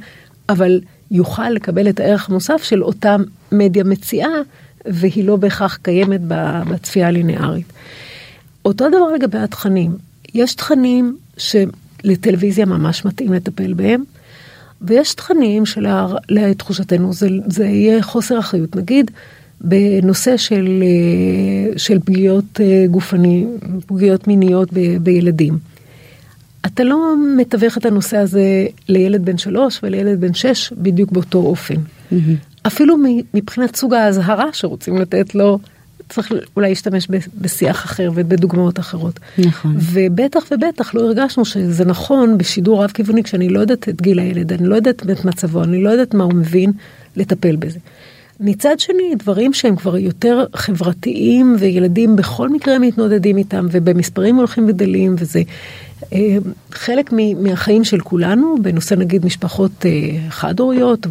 אבל יוכל לקבל את הערך המוסף של אותה מדיה מציאה, והיא לא בהכרח קיימת בצפייה הלינארית. אותו דבר לגבי התכנים. יש תכנים שלטלוויזיה ממש מתאים לטפל בהם, ויש תכנים שלתחושתנו זה יהיה חוסר אחריות. נגיד, בנושא של פגיעות פגיעות מיניות בילדים. אתה לא מתווך את הנושא הזה לילד בן 3 ולילד בן 6 בדיוק באותו אופן. אפילו מבחינת סוג ההזהרה שרוצים לתת לו, צריך אולי להשתמש בשיח אחר ובדוגמאות אחרות. נכון. ובטח לא הרגשנו שזה נכון בשידור רב כיווני, כשאני לא יודעת את גיל הילד, אני לא יודעת את מצבו, אני לא יודעת מה הוא מבין, לטפל בזה. מצד שני, דברים שהם כבר יותר חברתיים, וילדים בכל מקרה מתנודדים איתם, ובמספרים הולכים וגדלים, וזה חלק מהחיים של כולנו, בנושא נגיד משפחות חד-הוריות,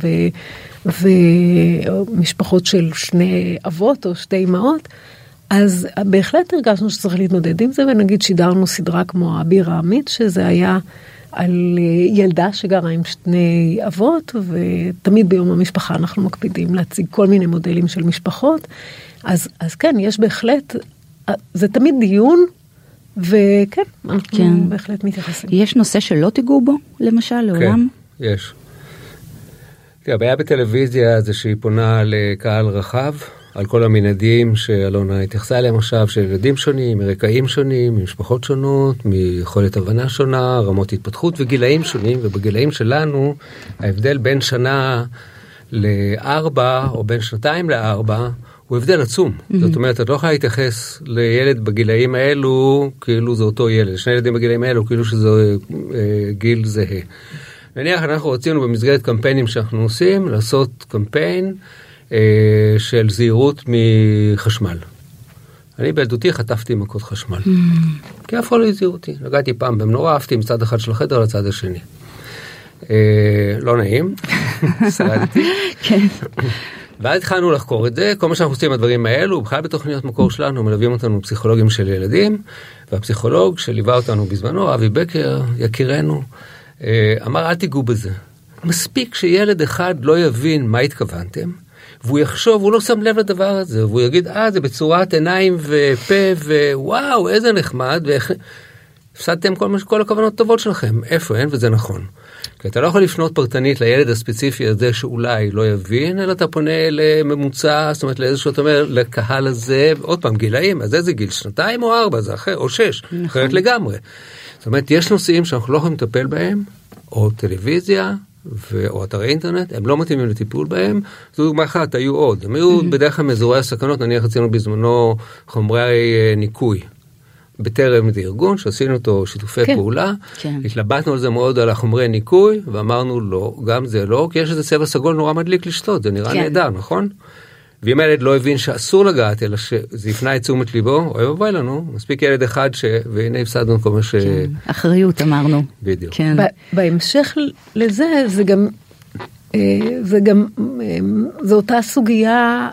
ומשפחות של 2 אבות או 2 אמהות, אז בהחלט הרגשנו שצריך להתנודד עם זה, ונגיד שידרנו סדרה כמו אביר העמית, שזה היה על ילדה שגרה עם 2 אבות, ותמיד ביום המשפחה אנחנו מקפידים להציג כל מיני מודלים של משפחות, אז כן, יש בהחלט, זה תמיד דיון, וכן, אנחנו בהחלט מתייחסים. יש נושא שלא תיגעו בו, למשל, לעולם? כן, יש. הבעיה בטלוויזיה זה שהיא פונה לקהל רחב, על כל המנהדים שאלונה התייחסה אליהם עכשיו, של ילדים שונים, מרקעים שונים, ממשפחות שונות, מיכולת הבנה שונה, רמות התפתחות וגילאים שונים, ובגילאים שלנו, ההבדל בין 1 שנה ל4, או בין 2 ל4, הוא הבדל עצום. זאת אומרת, את לא יכולה להתייחס לילד בגילאים האלו, כאילו זה אותו ילד. 2 ילדים בגילאים האלו, כאילו שזה גיל זהה. נניח, אנחנו רצינו במסגרת קמפיינים שאנחנו עושים, לעשות קמפיין של זהירות מחשמל. אני בילדותי חטפתי מכות חשמל. כי אף אחד לא הזהיר אותי. נגעתי פעם במנורה, עפתי מצד אחד של החדר לצד השני. לא נעים, שרדתי. כן. ואז התחלנו לחקור את זה, כל מה שאנחנו עושים הדברים האלו, בכלל בתוכניות מקור שלנו, מלווים אותנו פסיכולוגים של ילדים, והפסיכולוג שליווה אותנו בזמנו, אבי בקר, יקירנו, אמר, אל תיגעו בזה. מספיק שילד אחד לא יבין מה התכוונתם, והוא יחשוב, הוא לא שם לב לדבר הזה, והוא יגיד, זה בצורת עיניים ופה, ווואו, איזה נחמד, והפסדתם כל הכוונות הטובות שלכם. איפה אין? וזה נכון. כי אתה לא יכול לפנות פרטנית לילד הספציפי הזה שאולי לא יבין, אלא אתה פונה לממוצע, זאת אומרת לאיזשהו, אתה אומר, לקהל הזה, עוד פעם, גילאים, אז איזה גיל? 2 או 4, זה אחר, או 6, אחרת לגמרי. זאת אומרת, יש נושאים שאנחנו לא יכולים לטפל בהם, או טלוויזיה, או אתרי אינטרנט, הם לא מתאימים לטיפול בהם. זו דוגמה אחת, היו עוד. הם היו בדרך כלל מאזורי הסכנות, נניח רצינו בזמנו חומרי ניקוי. בטרם זה ארגון, שעשינו אותו שיתופי פעולה, התלבטנו על זה מאוד על החומרי ניקוי, ואמרנו לא, גם זה לא, כי יש איזה צבע סגול נורא מדליק לשתות, זה נראה נהדר, נכון? ואם הילד לא הבין שאסור לגעת, אלא שזה יפנה את תשומת ליבו, אוי ובואי לנו, מספיק ילד אחד והנה הפסדנו כל מה ש... אחריות אמרנו. בדיוק. בהמשך לזה, זה גם, זו אותה סוגיה,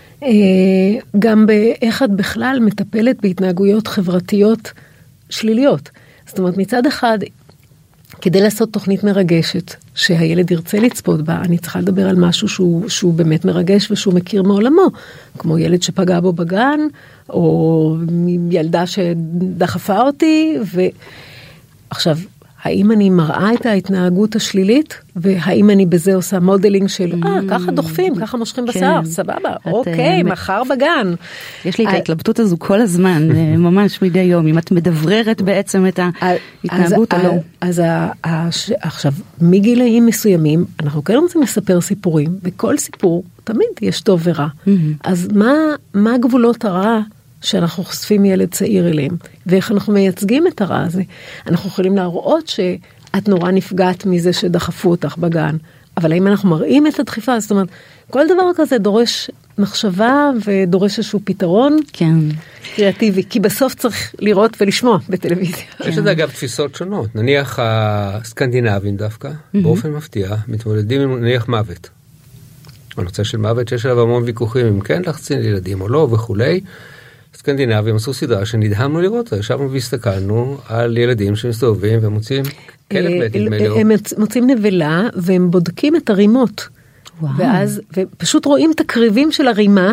גם באיך את בכלל מטפלת בהתנהגויות חברתיות שליליות. זאת אומרת, מצד אחד, כדי לעשות תוכנית מרגשת, שהילד ירצה לצפות בה, אני צריכה לדבר על משהו שהוא באמת מרגש ושהוא מכיר מעולמו, כמו ילד שפגע בו בגן, או ילדה שדחפה אותי, ועכשיו, האם אני מראה את ההתנהגות השלילית, והאם אני בזה עושה מודלינג של, ככה דוחפים, ככה מושכים בשיער, סבבה, אוקיי, מחר בגן. יש לי את ההתלבטות הזו כל הזמן, ממש מדי יום, אם את מדבררת בעצם את ההתנהגות או לא. אז עכשיו, מגילאים מסוימים, אנחנו כן רוצים לספר סיפורים, וכל סיפור, תמיד יש טוב ורע. אז מה גבולות הרע שאנחנו חושפים ילד צעיר אליהם, ואיך אנחנו מייצגים את הרע הזה. אנחנו יכולים להראות שאת נורא נפגעת מזה שדחפו אותך בגן, אבל האם אנחנו מראים את הדחיפה? זאת אומרת, כל דבר כזה דורש מחשבה ודורש איזשהו פתרון קריאטיבי, כי בסוף צריך לראות ולשמוע בטלוויזיה. יש לזה אגב תפיסות שונות. נניח הסקנדינבים דווקא, באופן מפתיע, מתמודדים עם נניח מוות. הנושא של מוות שיש עליו המון ויכוחים, אם כן לחצין לילדים או לא וכולי. סקנדינביה, הם עשו סדרה שנדהמנו לראות, ישבנו והסתכלנו על ילדים שמסתובבים ומוצאים כלב מת, נדמה לי. הם מוצאים נבלה והם בודקים את הרימות. ואז, ופשוט רואים את הקריבים של הרימה,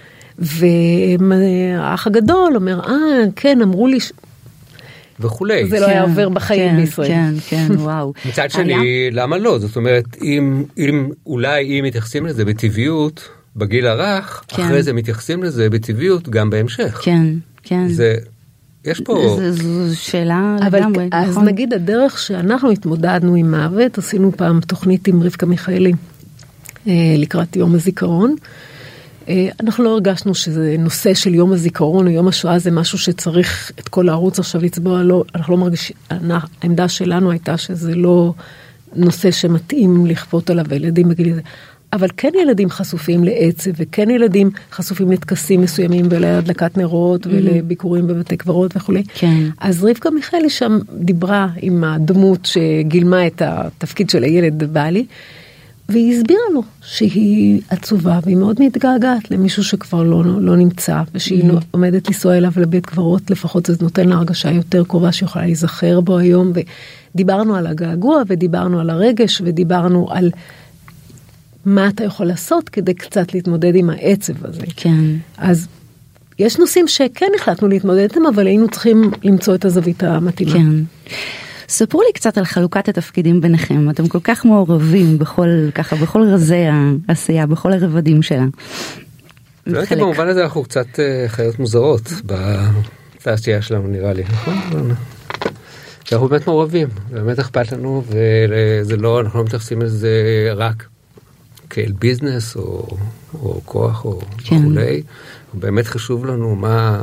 והאח הגדול אומר, כן, אמרו לי וכולי. זה לא היה עובר בחיים בישראל. כן, כן, וואו. מצד שני, למה לא? זאת אומרת, אולי אם מתייחסים לזה בטבעיות, בגיל הרך, אחרי זה מתייחסים לזה בטבעיות גם בהמשך. כן, כן. יש פה... זו שאלה לגמרי, נכון. אז נגיד הדרך שאנחנו התמודדנו עם מוות, עשינו פעם תוכנית עם רבקה מיכאלי, לקראת יום הזיכרון. אנחנו לא הרגשנו שזה נושא של יום הזיכרון או יום השואה, זה משהו שצריך את כל הערוץ עכשיו לצבוע, אנחנו לא מרגישים, העמדה שלנו הייתה שזה לא נושא שמתאים לכפות עליו ילדים בגיל הזה. אבל כן ילדים חשופים לעצב, וכן ילדים חשופים לתקסים מסוימים, ולהדלקת נרות, ולביקורים בבתי קברות וכו'. כן. אז רבקה מיכאלי שם דיברה עם הדמות שגילמה את התפקיד של הילד בעלי, והיא הסבירה לו שהיא עצובה, והיא מאוד מתגעגעת למישהו שכבר לא נמצא, ושהיא עומדת לנסוע אליו לבית קברות, לפחות זה נותן לה הרגשה יותר קרובה שיכולה להיזכר בו היום, ודיברנו על הגעגוע, ודיברנו על הרגש, ודיברנו על מה אתה יכול לעשות כדי קצת להתמודד עם העצב הזה. כן. אז יש נושאים שכן החלטנו להתמודד איתם, אבל היינו צריכים למצוא את הזווית המתאימה. כן. ספרו לי קצת על חלוקת התפקידים ביניכם. אתם כל כך מעורבים בכל רזי העשייה, בכל הרבדים שלה. במובן הזה אנחנו קצת חיות מוזרות בתעשייה שלנו, נראה לי, נכון? אנחנו באמת מעורבים, באמת אכפת לנו, וזה לא, אנחנו לא מתייחסים לזה רק כאל ביזנס או כוח או כולי. באמת חשוב לנו מה...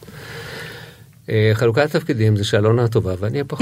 חלוקת התפקידים זה שאלונה הטובה ואני הפחות.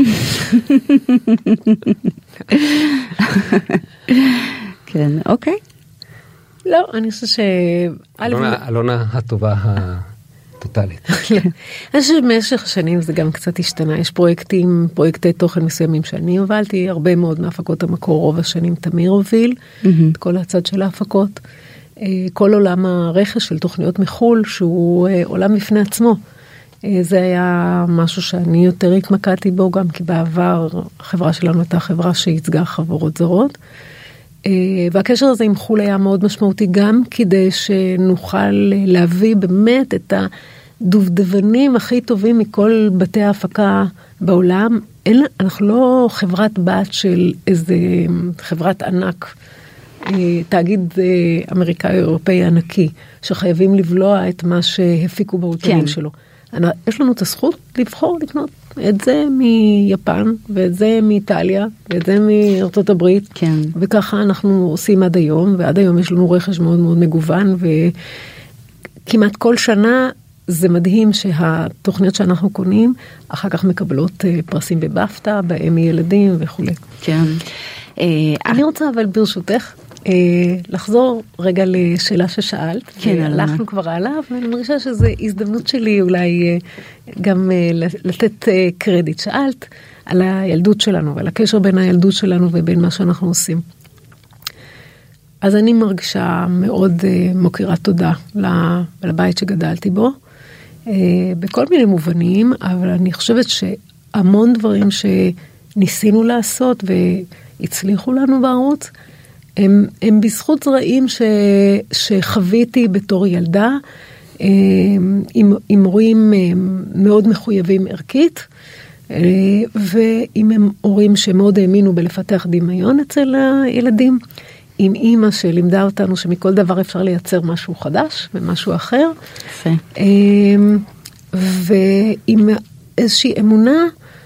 כן, אוקיי. לא, אני חושב ש... אלונה הטובה הטוטלית. אני חושב שבמשך השנים זה גם קצת השתנה. יש פרויקטי תוכן מסוימים שאני הובלתי, הרבה מאוד מהפקות המקור, רוב השנים תמיר הוביל, את כל הצד של ההפקות. כל עולם הרכש של תוכניות מחול, שהוא עולם בפני עצמו. זה היה משהו שאני יותר התמקדתי בו, גם כי בעבר החברה שלנו הייתה חברה שייצגה חברות זרות. והקשר הזה עם חול היה מאוד משמעותי, גם כדי שנוכל להביא באמת את הדובדבנים הכי טובים מכל בתי ההפקה בעולם. אנחנו לא חברת בת של איזה חברת ענק, תאגיד אמריקאי אירופאי ענקי, שחייבים לבלוע את מה שהפיקו באולפנים שלו. יש לנו את הזכות לבחור לקנות את זה מיפן, ואת זה מאיטליה, ואת זה מארצות הברית, כן. וככה אנחנו עושים עד היום, ועד היום יש לנו רכש מאוד מאוד מגוון, וכמעט כל שנה זה מדהים שהתוכניות שאנחנו קונים, אחר כך מקבלות פרסים בבפטה, באמי ילדים וכו'. כן. אני רוצה אבל ברשותך, לחזור רגע לשאלה ששאלת, כן, הלכנו כבר עליו, ואני מרגישה שזו הזדמנות שלי אולי גם לתת קרדיט. שאלת על הילדות שלנו, ועל הקשר בין הילדות שלנו ובין מה שאנחנו עושים. אז אני מרגישה מאוד מוקירת תודה לבית שגדלתי בו, בכל מיני מובנים, אבל אני חושבת שהמון דברים שניסינו לעשות והצליחו לנו בערוץ, הם בזכות זרעים שחוויתי בתור ילדה, עם הורים מאוד מחויבים ערכית, ועם הורים שמאוד האמינו בלפתח דמיון אצל הילדים, עם אימא שלימדה אותנו שמכל דבר אפשר לייצר משהו חדש ומשהו אחר, ועם איזושהי אמונה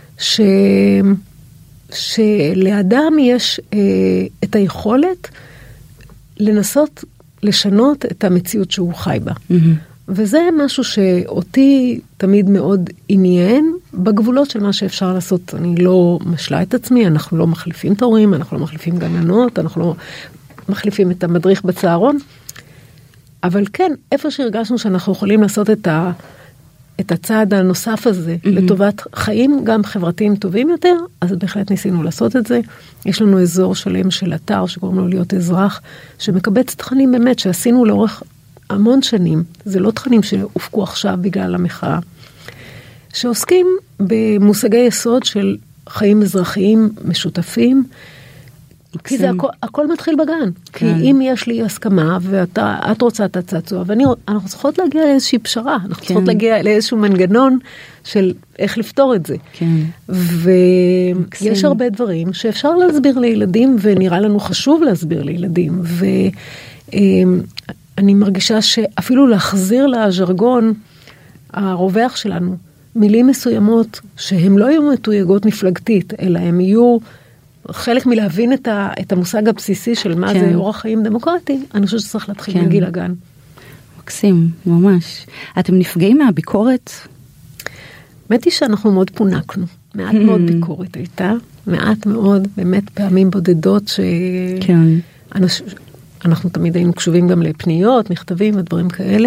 שלאדם יש את היכולת לנסות לשנות את המציאות שהוא חי בה. וזה משהו שאותי תמיד מאוד עניין בגבולות של מה שאפשר לעשות. אני לא משלה את עצמי, אנחנו לא מחליפים את ההורים, אנחנו לא מחליפים גננות, אנחנו לא מחליפים את המדריך בצהרון. אבל כן, איפה שהרגשנו שאנחנו יכולים לעשות את הצעד הנוסף הזה לטובת חיים גם חברתיים טובים יותר, אז בהחלט ניסינו לעשות את זה. יש לנו אזור שלם של אתר שקוראים לו להיות אזרח, שמקבץ תכנים באמת שעשינו לאורך המון שנים, זה לא תכנים שהופקו עכשיו בגלל המחאה, שעוסקים במושגי יסוד של חיים אזרחיים משותפים, כי זה הכל מתחיל בגן. כי אם יש לי הסכמה, ואת רוצה את הצעצוע, ואנחנו צריכות להגיע לאיזושהי פשרה, אנחנו צריכות להגיע לאיזשהו מנגנון של איך לפתור את זה. ויש הרבה דברים שאפשר להסביר לילדים, ונראה לנו חשוב להסביר לילדים, ואני מרגישה שאפילו להחזיר לז'רגון הרווח שלנו, מילים מסוימות שהן לא יהיו מתויגות מפלגתית, אלא הם יהיו חלק מלהבין את המושג הבסיסי של מה זה אורח חיים דמוקרטי, אני חושבת שצריך להתחיל מגיל הגן. מקסים, ממש. אתם נפגעים מהביקורת? האמת היא שאנחנו מאוד פונקנו. מעט מאוד ביקורת הייתה, מעט מאוד, באמת פעמים בודדות אנחנו תמיד היינו קשובים גם לפניות, מכתבים ודברים כאלה.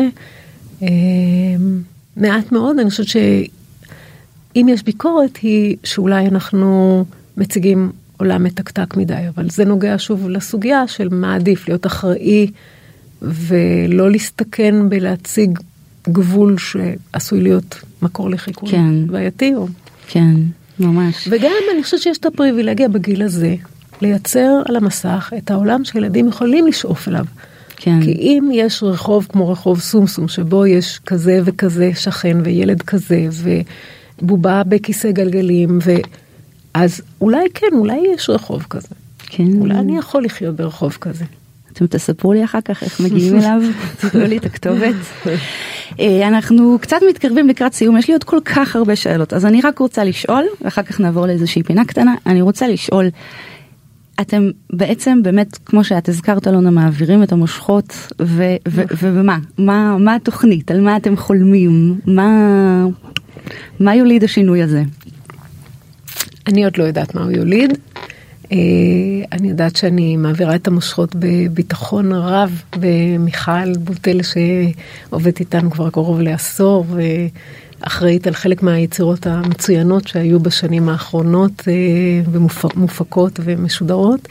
מעט מאוד, אני חושבת שאם יש ביקורת היא שאולי אנחנו מציגים עולם מתקתק מדי, אבל זה נוגע שוב לסוגיה של מה עדיף, להיות אחראי ולא להסתכן בלהציג גבול שעשוי להיות מקור לחיקוי בעייתי. כן, ממש. וגם אני חושבת שיש את הפריבילגיה בגיל הזה, לייצר על המסך את העולם שילדים יכולים לשאוף אליו. כן. כי אם יש רחוב כמו רחוב סומסום, שבו יש כזה וכזה שכן וילד כזה, ובובה בכיסא גלגלים, אז אולי כן, אולי יש רחוב כזה. כן. אולי אני יכול לחיות ברחוב כזה. אתם תספרו לי אחר כך איך מגיעים אליו, תתנו לי את הכתובת. אנחנו קצת מתקרבים לקראת סיום, יש לי עוד כל כך הרבה שאלות, אז אני רק רוצה לשאול, ואחר כך נעבור לאיזושהי פינה קטנה, אני רוצה לשאול, אתם בעצם באמת, כמו שאת הזכרת אלונה, מעבירים את המושכות, ומה? מה התוכנית? על מה אתם חולמים? מה יוליד השינוי הזה? אני עוד לא יודעת מה הוא יוליד. אני יודעת שאני מעבירה את המושכות בביטחון רב, ומיכל בוטל שעובדת איתנו כבר קרוב לעשור, ואחראית על חלק מהיצירות המצוינות שהיו בשנים האחרונות, ומופקות ומשודרות.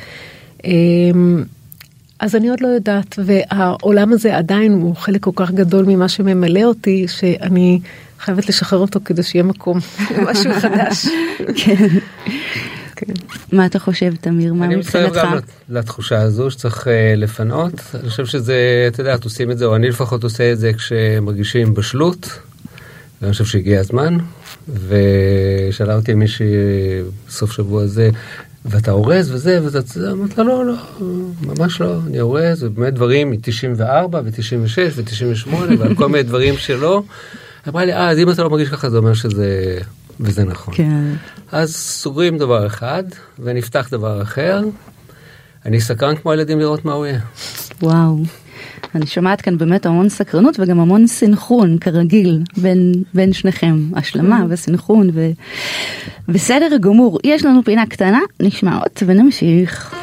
אז אני עוד לא יודעת, והעולם הזה עדיין הוא חלק כל כך גדול ממה שממלא אותי, שאני חייבת לשחרר אותו כדי שיהיה מקום, משהו חדש. כן. מה אתה חושב, תמיר? מה מבחינתך? אני מצטרף גם לתחושה הזו שצריך לפנות. אני חושב שזה, אתה יודע, עושים את זה, או אני לפחות עושה את זה כשמרגישים בשלות, ואני חושב שהגיע הזמן, ושאלה אותי מישהי בסוף שבוע הזה, ואתה הורז וזה, אמרת לה, לא, ממש לא, אני הורז, ובאמת דברים מ-94 ו-96 ו-98, ועל כל מיני דברים שלא. אמרה לי, אז אם אתה לא מרגיש ככה, זה אומר שזה, וזה נכון. כן. אז סוגרים דבר אחד, ונפתח דבר אחר. אני סקרן כמו הילדים לראות מה הוא יהיה. וואו. אני שומעת כאן באמת המון סקרנות, וגם המון סינכרון, כרגיל, בין שניכם. השלמה וסינכרון, בסדר גמור. יש לנו פינה קטנה, נשמע עוד ונמשיך.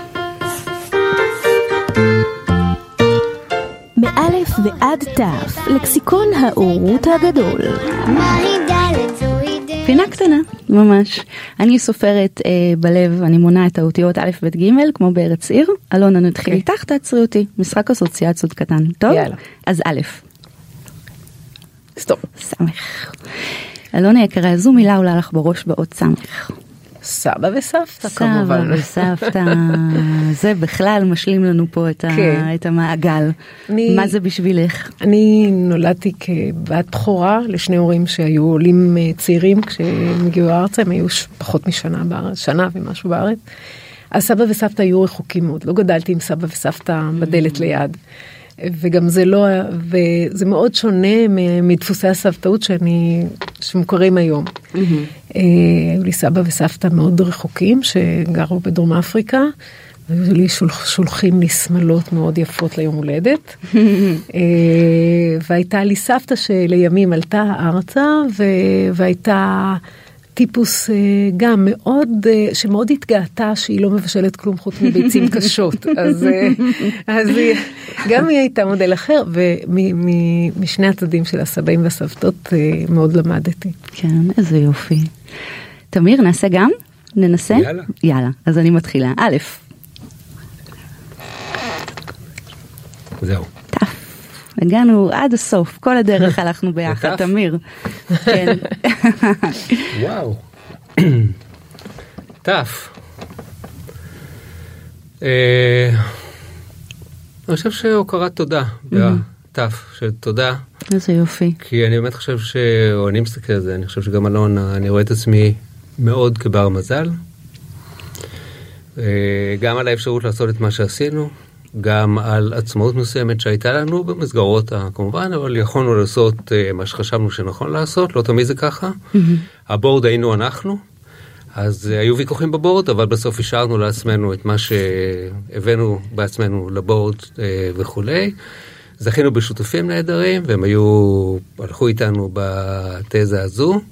מאלף ועד תף, לקסיקון האורות הגדול. פינה קטנה, ממש. אני סופרת בלב, אני מונה את האותיות א' ב' ג' כמו בארץ עיר. אלונה, נתחיל איתך, תעצרי אותי. משחק אסוציאציות קטן. טוב? יאללה. אז א'. סטופ. סמך. אלונה יקרה, זו מילה עולה לך בראש באות סמך. סבא וסבתא כמובן. סבא וסבתא, זה בכלל משלים לנו פה את המעגל. מה זה בשבילך? אני נולדתי כבת בכורה לשני הורים שהיו עולים צעירים כשהם הגיעו ארצה, הם היו פחות משנה בארץ, שנה ומשהו בארץ. אז סבא וסבתא היו רחוקים מאוד, לא גדלתי עם סבא וסבתא בדלת ליד. וגם זה לא, וזה מאוד שונה מדפוסי הסבתאות שמוכרים היום. היו לי סבא וסבתא מאוד רחוקים שגרו בדרום אפריקה, והיו לי שולחים לי שמלות מאוד יפות ליום הולדת. והייתה לי סבתא שלימים עלתה ארצה, והייתה טיפוס גם מאוד, שמאוד התגעתה שהיא לא מבשלת כלום חוץ מביצים קשות. אז גם היא הייתה מודל אחר, ומשני הצדדים של הסבאים והסבתות מאוד למדתי. כן, איזה יופי. תמיר, נעשה גם? ננסה? יאללה. יאללה, אז אני מתחילה. א'. זהו. ת'. הגענו עד הסוף, כל הדרך הלכנו ביחד, תמיר. כן. וואו. טף. אני חושב שהוקרת תודה, טף, של תודה. איזה יופי. כי אני באמת חושב או אני מסתכל על זה, אני חושב שגם אלון, אני רואה את עצמי מאוד כבר מזל. גם על האפשרות לעשות את מה שעשינו, גם על עצמאות מסוימת שהייתה לנו במסגרות כמובן, אבל יכולנו לעשות מה שחשבנו שנכון לעשות, לא תמיד זה ככה. הבורד היינו אנחנו, אז היו ויכוחים בבורד, אבל בסוף השארנו לעצמנו את מה שהבאנו בעצמנו לבורד וכולי. זכינו בשותפים נהדרים, והם הלכו איתנו בתזה הזו.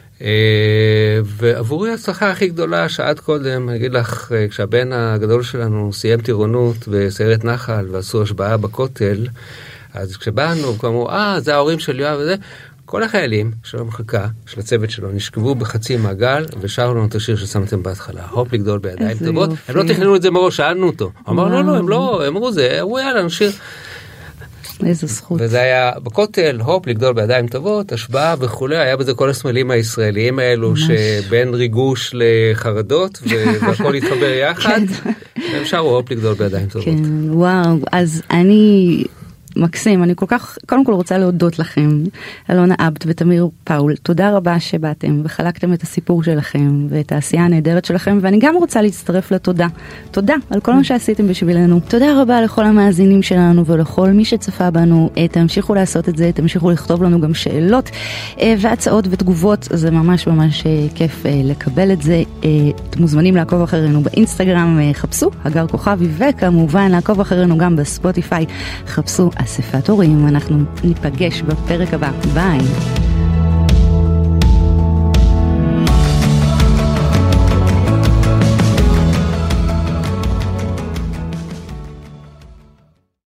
ועבורי ההצלחה הכי גדולה שעד קודם, אני אגיד לך, כשהבן הגדול שלנו סיים טירונות בסיירת נחל ועשו השבעה בכותל, אז כשבאנו, אמרו, זה ההורים של יואב וזה, כל החיילים של המחלקה, של הצוות שלו, נשכבו בחצי מעגל, ושרו לנו את השיר ששמתם בהתחלה, הופ לגדול בידיים טובות. הם לא תכננו את זה מראש, שאלנו אותו. אמר, לא, הם לא, הם אמרו זה, אמרו יאללה, נשיר. איזה זכות. וזה היה בכותל, הופ, לגדול בידיים טובות, השבעה וכולי, היה בזה כל הסמלים הישראליים האלו, שבין ריגוש לחרדות, והכל התחבר יחד, והם שרו הופ, לגדול בידיים טובות. כן, וואו, אז אני מקסים, אני כל כך, קודם כל רוצה להודות לכם, אלונה אבט ותמיר פאול, תודה רבה שבאתם וחלקתם את הסיפור שלכם ואת העשייה הנהדרת שלכם, ואני גם רוצה להצטרף לתודה. תודה על כל מה שעשיתם בשבילנו. תודה רבה לכל המאזינים שלנו ולכל מי שצפה בנו. תמשיכו לעשות את זה, תמשיכו לכתוב לנו גם שאלות והצעות ותגובות, זה ממש ממש כיף לקבל את זה. אתם מוזמנים לעקוב אחרינו באינסטגרם, חפשו הגר כוכבי, וכמובן לעקוב אחרינו גם בספוטיפיי, חפשו אספת הורים. אנחנו ניפגש בפרק הבא. ביי.